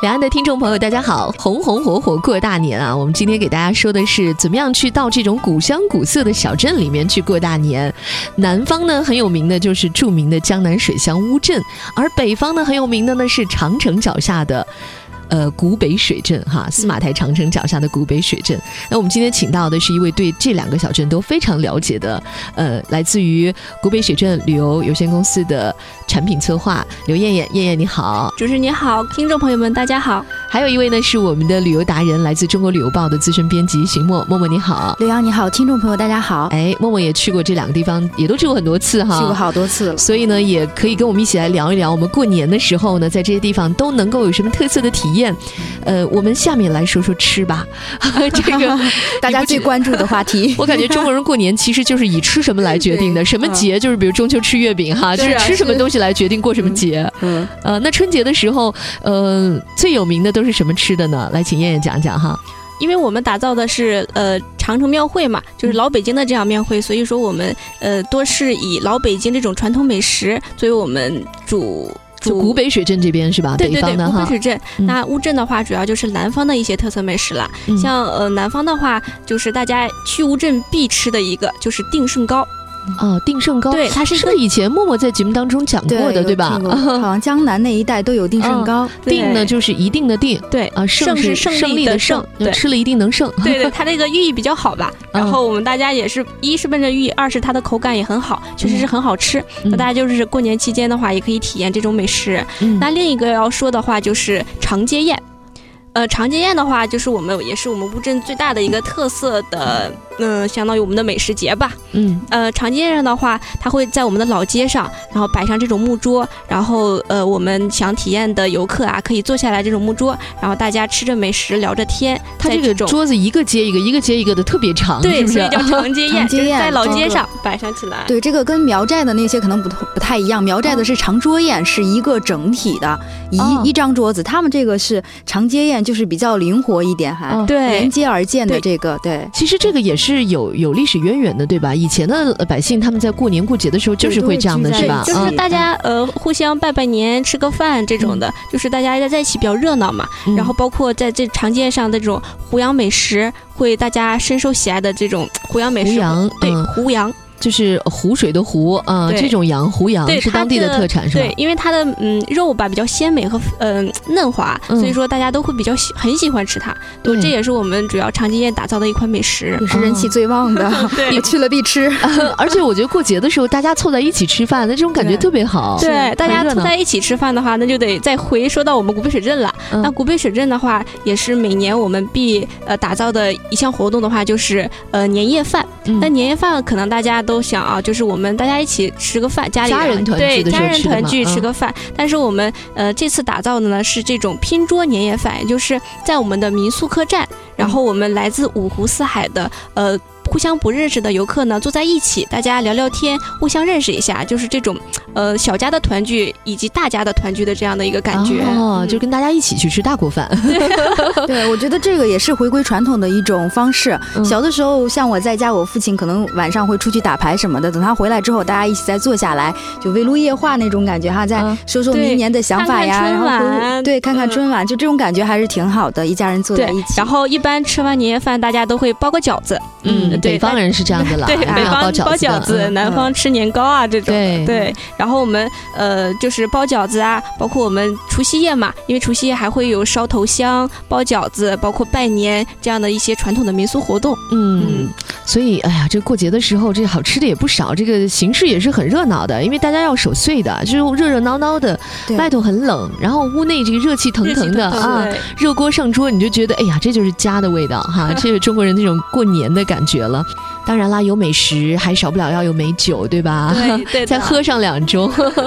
两岸的听众朋友大家好，红红火火过大年啊！我们今天给大家说的是怎么样去到这种古香古色的小镇里面去过大年。南方呢很有名的就是著名的江南水乡乌镇，而北方呢很有名的呢是长城脚下的古北水镇哈，司马台长城脚下的古北水镇。那我们今天请到的是一位对这两个小镇都非常了解的来自于古北水镇旅游有限公司的产品策划刘艳艳。艳艳你好。 主持人你好，听众朋友们大家好。 还有一位呢是我们的旅游达人，来自中国旅游报的资深编辑邢默。默默你好。 刘洋你好，听众朋友大家好。 默默也去过这两个地方，也都去过很多次哈， 去过好多次了， 所以呢也可以跟我们一起来聊一聊我们过年的时候呢在这些地方都能够有什么特色的体验。我们下面来说说吃吧这个大家最关注的话题我感觉中国人过年其实就是以吃什么来决定的什么节就是比如中秋吃月饼哈，就是吃什么东西来决定过什么节。那春节的时候最有名的都是什么吃的呢？来请燕燕讲讲哈。 因为我们打造的是长城庙会嘛，就是老北京的这样庙会，所以说我们多是以老北京这种传统美食作为我们主古北水镇这边是吧？ 对对对， 北方的哈。 古北水镇。那乌镇的话，主要就是南方的一些特色美食了。像南方的话，就是大家去乌镇必吃的一个就是定胜糕。 定胜糕， 对，它是不是以前默默在节目当中讲过的，对吧？ 好像江南那一带都有定胜糕。 定呢就是一定的定， 对胜是胜利的胜，吃了一定能胜。 对对，它这个寓意比较好吧。然后我们大家也是一是奔着寓意，二是它的口感也很好，确实是很好吃。那大家就是过年期间的话，也可以体验这种美食。那另一个要说的话就是长街宴。长街宴的话，就是也是我们乌镇最大的一个特色的，相当于我们的美食节吧。长街宴的话，它会在我们的老街上，然后摆上这种木桌，然后我们想体验的游客啊，可以坐下来这种木桌，然后大家吃着美食，聊着天。 它这个桌子一个接一个，一个接一个的，特别长， 对， 是不是？ 所以叫长街宴，就是在老街上摆上起来。 对，这个跟苗寨的那些可能不太一样，苗寨的是长桌宴，是一个整体的一张桌子，他们这个是长街宴，就是比较灵活一点，还连接而建的这个。对， 其实这个也是有历史渊源的，对吧？以前的百姓他们在过年过节的时候就是会这样的，是吧？ 就是大家互相拜拜年、吃个饭这种的，就是大家在一起比较热闹嘛。然后包括在这长街上的这种湖扬美食，会大家深受喜爱的这种湖扬美食。对，湖扬。 就是湖水的湖这种羊湖羊是当地的特产是吧？ 对，因为它的肉吧比较鲜美和嫩滑，所以说大家都会比较很喜欢吃它。对，这也是我们主要长街宴打造的一款美食， 也是人气最旺的。对，去了必吃。 而且我觉得过节的时候大家凑在一起吃饭，那这种感觉特别好。 对，大家凑在一起吃饭的话，那就得再回说到我们古北水镇了。那古北水镇的话，也是每年我们必打造的一项活动的话，就是年夜饭。那年夜饭可能大家都想啊，就是我们大家一起吃个饭，家人团聚的时候家人团聚吃个饭。但是我们这次打造的呢是这种拼桌年夜饭，也就是在我们的民宿客栈，然后我们来自五湖四海的互相不认识的游客呢坐在一起，大家聊聊天，互相认识一下，就是这种小家的团聚以及大家的团聚的这样的一个感觉。 就跟大家一起去吃大锅饭。 对，我觉得这个也是回归传统的一种方式。小的时候像我在家，我父亲可能晚上会出去打牌什么的，等他回来之后大家一起再坐下来，就围炉夜话那种感觉哈，再说说明年的想法呀， 然后看看春晚，就这种感觉还是挺好的，一家人坐在一起。 然后一般吃完年夜饭大家都会包个饺子。 北方人是这样的啦， 对，北方包饺子，南方吃年糕啊这种。对，然后我们就是包饺子啊，包括我们除夕夜嘛，因为除夕夜还会有烧头香、包饺子，包括拜年这样的一些传统的民俗活动。 所以哎呀，这过节的时候这好吃的也不少，这个形式也是很热闹的，因为大家要守岁的，就是热热闹闹的，外头很冷，然后屋内这个热气腾腾的热锅上桌，你就觉得哎呀，这就是家的味道哈，这是中国人那种过年的感觉了。当然啦，有美食还少不了要有美酒，对吧？ 对， 再喝上2盅。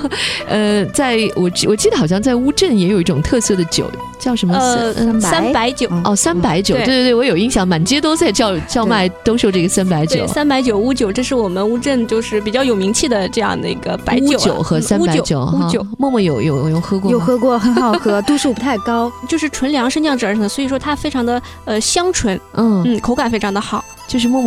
我记得好像在乌镇也有一种特色的酒，叫什么 300酒。 300酒，对，我有印象，满街都在叫卖兜售这个300酒。 对，300酒乌酒，这是我们乌镇就是比较有名气的这样的一个白酒。 乌酒和300酒， 乌酒。 默默有喝过吗？ 有喝过，很好喝，度数不太高， 就是纯粮食酿制而成的，所以说它非常的香醇，口感非常的好。 就是默默有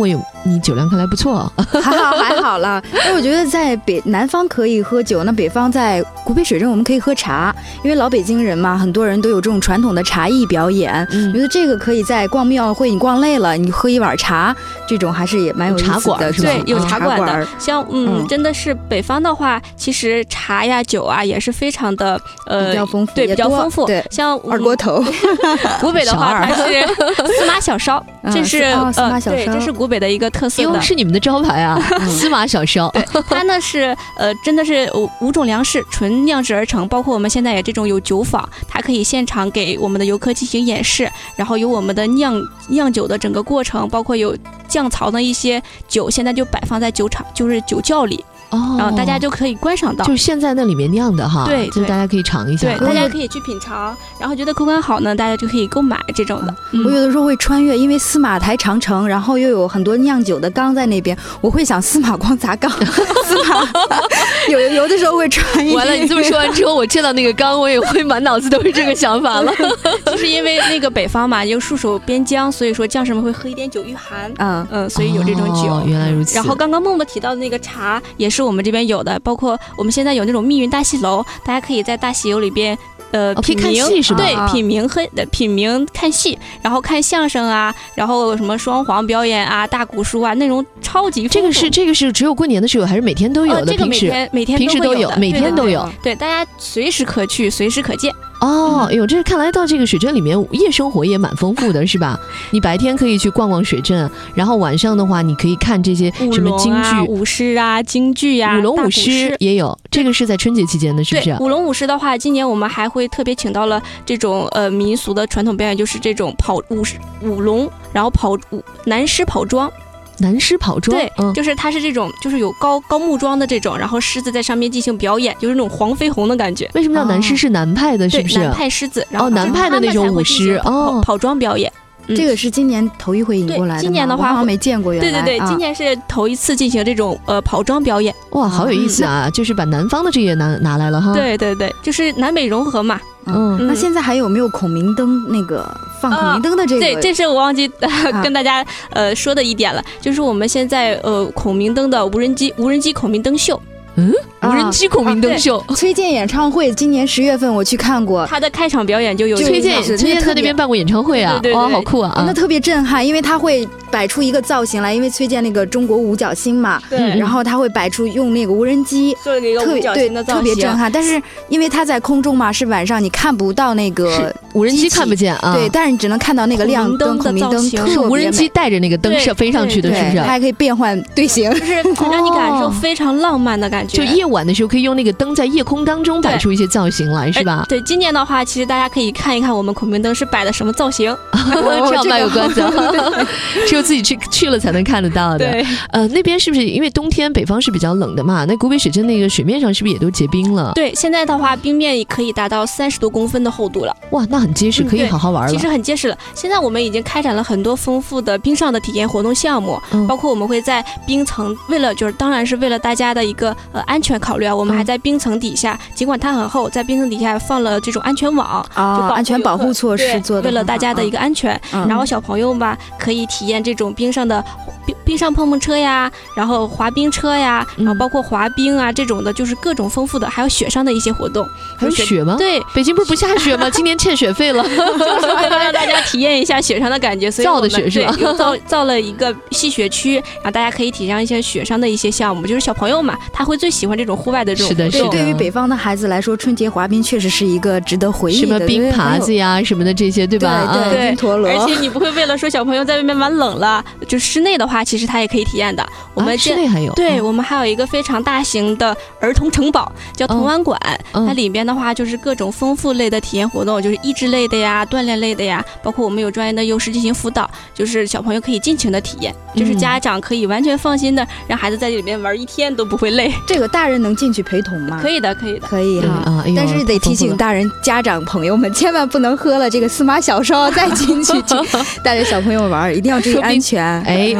你酒量看来不错。 还好了。因为我觉得在南方可以喝酒，那北方在古北水镇我们可以喝茶，因为老北京人嘛，很多人都有这种传统的茶艺表演。我觉得这个可以在逛庙会，你逛累了，你喝一碗茶，这种还是也蛮有意思的。 茶馆是吧？ 对，有茶馆的。像真的是北方的话，其实茶呀酒啊也是非常的比较丰富， 对，比较丰富。 对， 像二锅头。 古北的话，它是司马小烧，这是对， 这是古北的一个特色的， 是你们的招牌啊，司马小烧。 对，它呢是真的是5种粮食纯酿制而成，包括我们现在也这种有酒坊，它可以现场给我们的游客进行演示，然后有我们的酿酒的整个过程，包括有窖藏的一些酒，现在就摆放在酒厂，就是酒窖里。然后大家就可我观赏到， 就是现在那里面酿的哈， 对， 就大家可以尝一下， 对，大家可以去品尝，然后觉得口感好呢，大家就可以购买这种的。 我有的时候会穿越，因为司马台长城，然后又有很多酿酒的缸在那边，我会想司马光砸缸，司马有的时候会穿越。 完了，你这么说完之后，我见到那个缸，我也会满脑子都是这个想法了。 就是因为那个北方嘛，又戍守边疆，所以说将士们会喝一点酒御寒，所以有这种酒。 原来如此。 然后刚刚梦梦提到的那个茶，也是我们这边有的。包括我们现在有那种密云大戏楼，大家可以在大戏楼里边品茗，是吧？对，品茗看戏，然后看相声啊，然后什么双簧表演啊、大鼓书啊，内容超级丰富。 这个是只有过年的时候，还是每天都有的？ 这个每天都有，每天都有。 对，大家随时可去，随时可见。 这看来到这个水镇里面夜生活也蛮丰富的，是吧？你白天可以去逛逛水镇，然后晚上的话你可以看这些什么京剧、 舞狮啊、京剧啊、 舞龙舞狮也有。这个是在春节期间的，是不是？ 对，舞龙舞狮的话，今年我们还会特别请到了这种民俗的传统表演，就是这种舞龙，然后南狮跑庄。 南狮跑庄， 对，就是它是这种，就是有高木桩的这种，然后狮子在上面进行表演，就是那种黄飞鸿的感觉。 为什么叫南狮？是南派的，是不是？ 南派狮子，然后南派的那种舞狮跑庄表演。 这个是今年头一回引过来的吗？ 今年的话我好像没见过。原来对，今年是头一次进行这种跑庄表演。 哇，好有意思啊！就是把南方的这些拿来了哈。 对，就是南北融合嘛。 那现在还有没有孔明灯那个放孔明灯的这个？ 对，这是我忘记跟大家说的一点了，就是我们现在孔明灯的无人机孔明灯秀。 无人机孔明灯秀， 崔健演唱会今年10月份我去看过， 他的开场表演就有崔健在那边办过演唱会啊，哇，好酷啊！ 那特别震撼，因为他会摆出一个造型来，因为崔健那个中国五角星嘛， 对， 然后他会摆出用那个无人机做一个五角星的造型， 特别震撼。但是因为他在空中嘛，是晚上你看不到那个无人机看不见啊， 对，但是你只能看到那个亮灯孔明灯， 是无人机带着那个灯是飞上去的，是不是？ 它还可以变换队形， 就是让你感受非常浪漫的感觉。 就夜晚的时候可以用那个灯在夜空当中摆出一些造型来，是吧？ 对，今年的话，其实大家可以看一看我们孔明灯是摆的什么造型， 这样蛮有关系，只有自己去了才能看得到的。 对， 那边是不是因为冬天北方是比较冷的嘛？那古北水镇那个水面上是不是也都结冰了？ 对，现在的话冰面可以达到30多公分的厚度了。 哇，那很结实，可以好好玩了。 其实很结实了。现在我们已经开展了很多丰富的冰上的体验活动项目，包括我们会在冰层，当然是为了大家的一个安全考虑啊，我们还在冰层底下，尽管它很厚，在冰层底下放了这种安全网， 安全保护措施做的， 为了大家的一个安全。然后小朋友吧可以体验这种冰上碰碰车呀，然后滑冰车呀，然后包括滑冰啊这种的，就是各种丰富的，还有雪上的一些活动。 还有雪吗？ 对， 北京不下雪吗？今年欠雪费了， 就是为了让大家体验一下雪上的感觉，所以造的雪是吧？ 造了一个吸雪区，然后大家可以体验一些雪上的一些项目。就是小朋友嘛，他会最喜欢这种户外的这种活动。 是的。 对于北方的孩子来说，春节滑冰确实是一个值得回忆的。 什么冰耙子呀，什么的这些，对吧？ 对，冰陀螺。 而且你不会为了说小朋友在外面玩冷了，就室内的话，其实他也可以体验的。我们室内还有， 对，我们还有一个非常大型的儿童城堡，叫童玩馆。它里边的话就是各种丰富类的体验活动，就是益智类的呀、锻炼类的呀，包括我们有专业的幼师进行辅导，就是小朋友可以尽情的体验，就是家长可以完全放心的让孩子在这里面玩1天都不会累。 这个大人能进去陪同吗？ 可以的哈。但是得提醒大人、家长朋友们，千万不能喝了这个司马小烧再进去带着小朋友玩，一定要注意安全。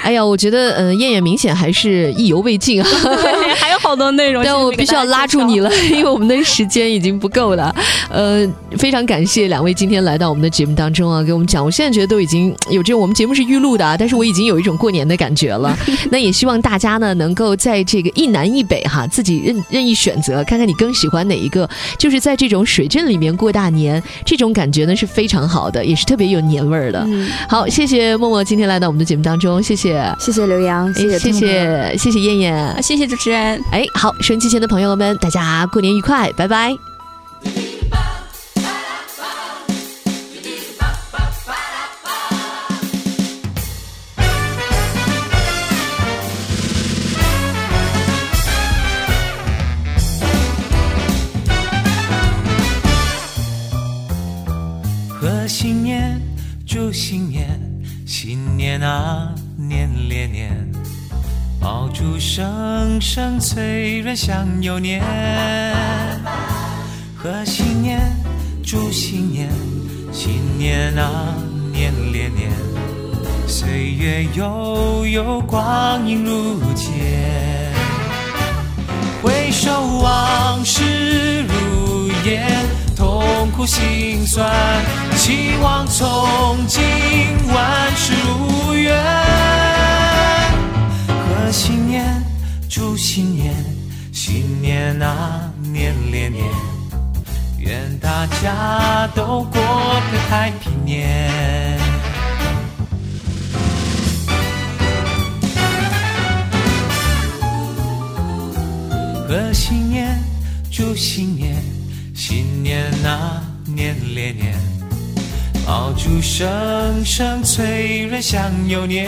哎呀，我觉得燕燕明显还是意犹未尽啊， 对，还有好多内容， 但我必须要拉住你了，因为我们的时间已经不够了。非常感谢两位今天来到我们的节目当中啊，给我们讲。我现在觉得都已经有这种，我们节目是预录的啊，但是我已经有一种过年的感觉了。那也希望大家呢能够在这个一南一北哈，自己任意选择，看看你更喜欢哪一个。就是在这种水镇里面过大年，这种感觉呢是非常好的，也是特别有年味儿的。好，谢谢默默今天来到我们的节目当中，谢谢刘洋，谢谢燕燕， 谢谢主持人。 好，收音机前的朋友们，大家过年愉快，拜拜。 贺新年，祝新年，新年啊年连年，爆竹声声催人想有年。贺新年，祝新年，新年啊年连年，岁月悠悠，光阴如箭。回首往事如烟，痛苦心酸，期望从今万事如愿。贺新年，祝新年，新年啊年连年，愿大家都过个太平年。贺新年，祝新年，新年啊年连年，爆竹声声催人想有年。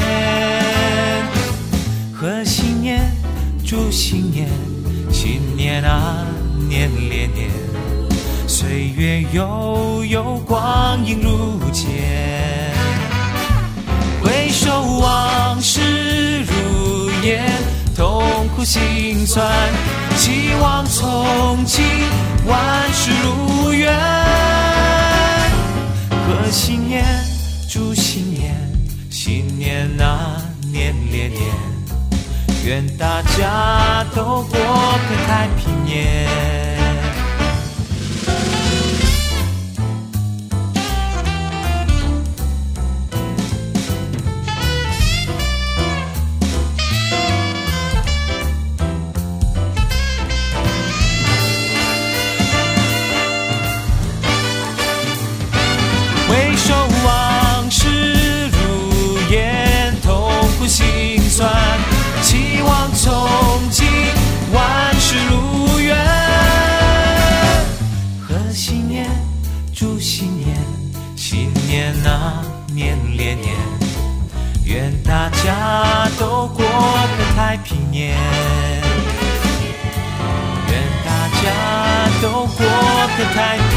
贺新年，祝新年，新年啊年连年，岁月悠悠，光阴如箭。回首往事如烟，痛苦心酸，期望从今万事如愿。贺新年，祝新年，新年啊年连年，愿大家都过个太平年。回首往事如烟，痛苦心酸，期望从今万事如愿。贺新年，祝新年，新年啊年连年，愿大家都过个太平年，愿大家都过个太平年。